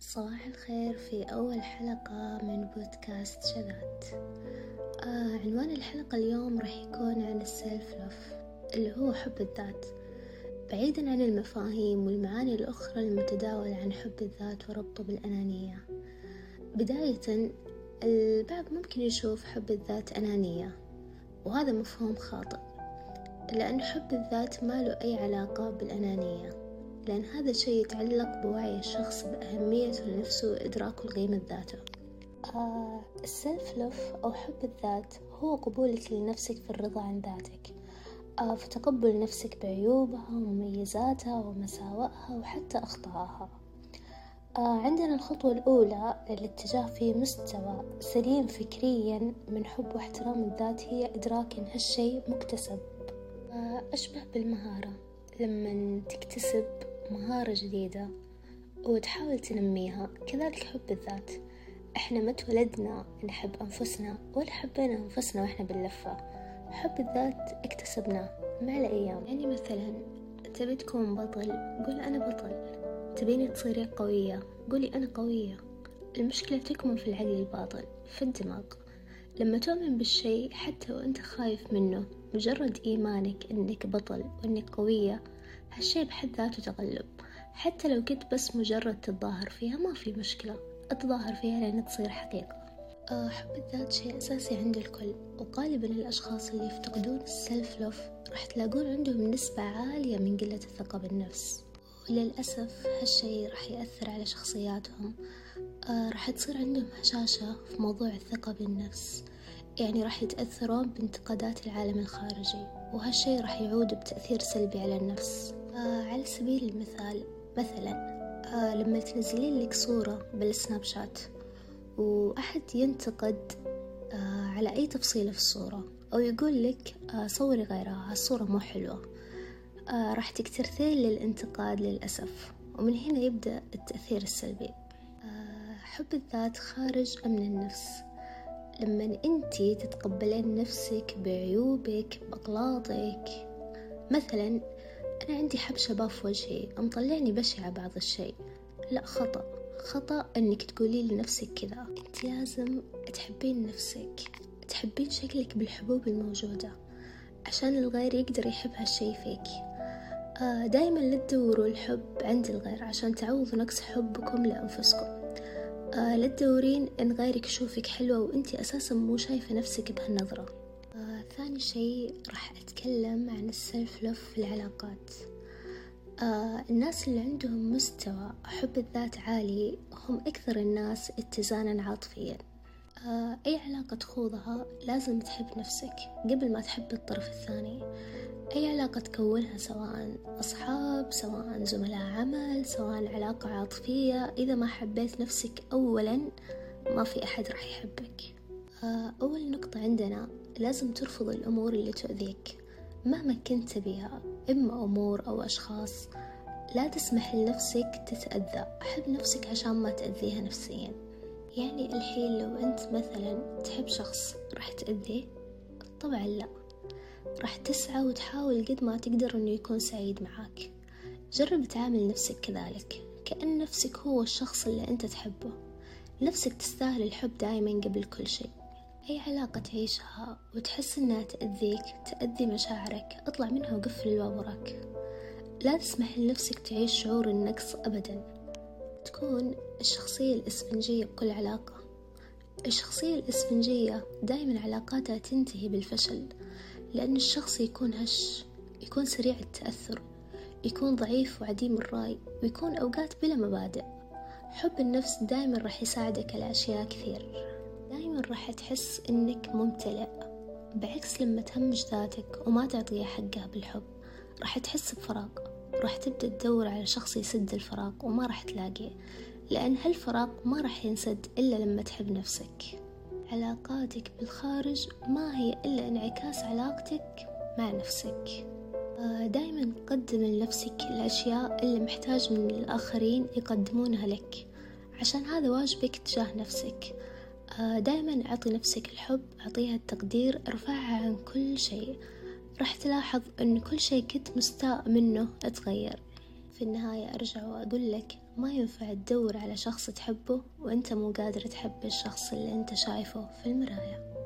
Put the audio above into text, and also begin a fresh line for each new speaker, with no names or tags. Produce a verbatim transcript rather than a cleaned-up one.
صباح الخير في أول حلقة من بودكاست شذات. آه عنوان الحلقة اليوم راح يكون عن السيلف لوف اللي هو حب الذات، بعيدا عن المفاهيم والمعاني الأخرى المتداولة عن حب الذات وربطه بالأنانية. بداية، البعض ممكن يشوف حب الذات أنانية، وهذا مفهوم خاطئ، لأن حب الذات ما له أي علاقة بالأنانية، لأن هذا الشيء يتعلق بوعي الشخص بأهميته لنفسه وإدراكه لقيمة ذاته. آه السيلف لوف أو حب الذات هو قبولك لنفسك في الرضا عن ذاتك، آه فتقبل نفسك بعيوبها ومميزاتها ومساوئها وحتى أخطائها. آه عندنا الخطوة الأولى للاتجاه في مستوى سليم فكريا من حب واحترام الذات هي إدراك إن هالشيء مكتسب. آه أشبه بالمهارة، لما تكتسب مهارة جديدة وتحاول تنميها، كذلك حب الذات. احنا ما تولدنا نحب أنفسنا ولا حبينا أنفسنا وإحنا باللفة، حب الذات اكتسبناه مع الأيام. يعني مثلا تبي تكون بطل، قول أنا بطل. تبيني تصيري قوية، قولي أنا قوية. المشكلة تكمن في العقل الباطن، في الدماغ. لما تؤمن بالشيء حتى وأنت خايف منه، مجرد إيمانك أنك بطل وأنك قوية، هالشيء بحد ذاته تغلب. حتى لو كنت بس مجرد تتظاهر فيها ما في مشكلة، اتظاهر فيها لأن تصير حقيقة. أه حب الذات شيء أساسي عند الكل، وغالبا الأشخاص اللي يفتقدون السلف لوف راح تلاقون عندهم نسبة عالية من قلة الثقة بالنفس، وللأسف هالشيء راح يأثر على شخصياتهم. أه راح تصير عندهم هشاشة في موضوع الثقة بالنفس، يعني راح يتأثرون بانتقادات العالم الخارجي، وهالشيء راح يعود بتأثير سلبي على النفس. آه على سبيل المثال، مثلا آه لما تنزلين لك صورة بالسناب شات وأحد ينتقد آه على أي تفصيلة في الصورة، أو يقول لك آه صوري غيرها، هالصورة مو حلوة، آه راح تكترثين للانتقاد للأسف، ومن هنا يبدأ التأثير السلبي. آه حب الذات خارج أمن النفس. لما أنتي تتقبلين نفسك بعيوبك بأغلاطك، مثلا أنا عندي حبشبة في وجهي مطلعني بشعة بعض الشيء، لا، خطأ خطأ أنك تقولي لنفسك كذا. أنت لازم تحبين نفسك، تحبين شكلك بالحبوب الموجودة عشان الغير يقدر يحب هالشي فيك. آه دايما لا تدوروا الحب عند الغير عشان تعوضوا نقص حبكم لأنفسكم. آه لا تدورين إن غيرك يشوفك حلوة وإنتي أساسا مو شايفة نفسك بهالنظرة. آه ثاني شيء راح أتكلم عن السلف لوف في العلاقات. آه الناس اللي عندهم مستوى حب الذات عالي هم أكثر الناس اتزانا عاطفيا. آه أي علاقة تخوضها لازم تحب نفسك قبل ما تحب الطرف الثاني. أي علاقة تكونها، سواء أصحاب، سواء زملاء عمل، سواء علاقة عاطفية، إذا ما حبيت نفسك أولا ما في أحد راح يحبك. أول نقطة عندنا، لازم ترفض الأمور اللي تؤذيك مهما كنت بها، إما أمور أو أشخاص. لا تسمح لنفسك تتأذى، حب نفسك عشان ما تأذيها نفسيا. يعني الحين لو أنت مثلا تحب شخص راح تأذيه؟ طبعا لا، راح تسعى وتحاول قد ما تقدر أنه يكون سعيد معاك. جرب تعامل نفسك كذلك، كأن نفسك هو الشخص اللي أنت تحبه. نفسك تستاهل الحب دائما قبل كل شيء. أي علاقة تعيشها وتحس أنها تأذيك، تأذي مشاعرك، اطلع منها وقفل الباب وراك. لا تسمح لنفسك تعيش شعور النقص أبدا. تكون الشخصية الإسفنجية بكل علاقة. الشخصية الإسفنجية دائما علاقاتها تنتهي بالفشل، لأن الشخص يكون هش، يكون سريع التأثر، يكون ضعيف وعديم الرأي، ويكون أوقات بلا مبادئ. حب النفس دائما راح يساعدك على أشياء كثير، دائما راح تحس إنك ممتلئ، بعكس لما تهمش ذاتك وما تعطيها حقها بالحب، راح تحس بفراغ، راح تبدأ تدور على شخص يسد الفراغ وما راح تلاقيه، لأن هالفراغ ما راح ينسد إلا لما تحب نفسك. علاقاتك بالخارج ما هي إلا انعكاس علاقتك مع نفسك. دائما قدم لنفسك الأشياء اللي محتاج من الآخرين يقدمونها لك، عشان هذا واجبك تجاه نفسك. دائما أعطي نفسك الحب، أعطيها التقدير، ارفعها عن كل شيء. راح تلاحظ أن كل شيء كنت مستاء منه اتغير. في في النهاية أرجع وأقول لك ما ينفع تدور على شخص تحبه وأنت مو قادر تحب الشخص اللي أنت شايفه في المراية.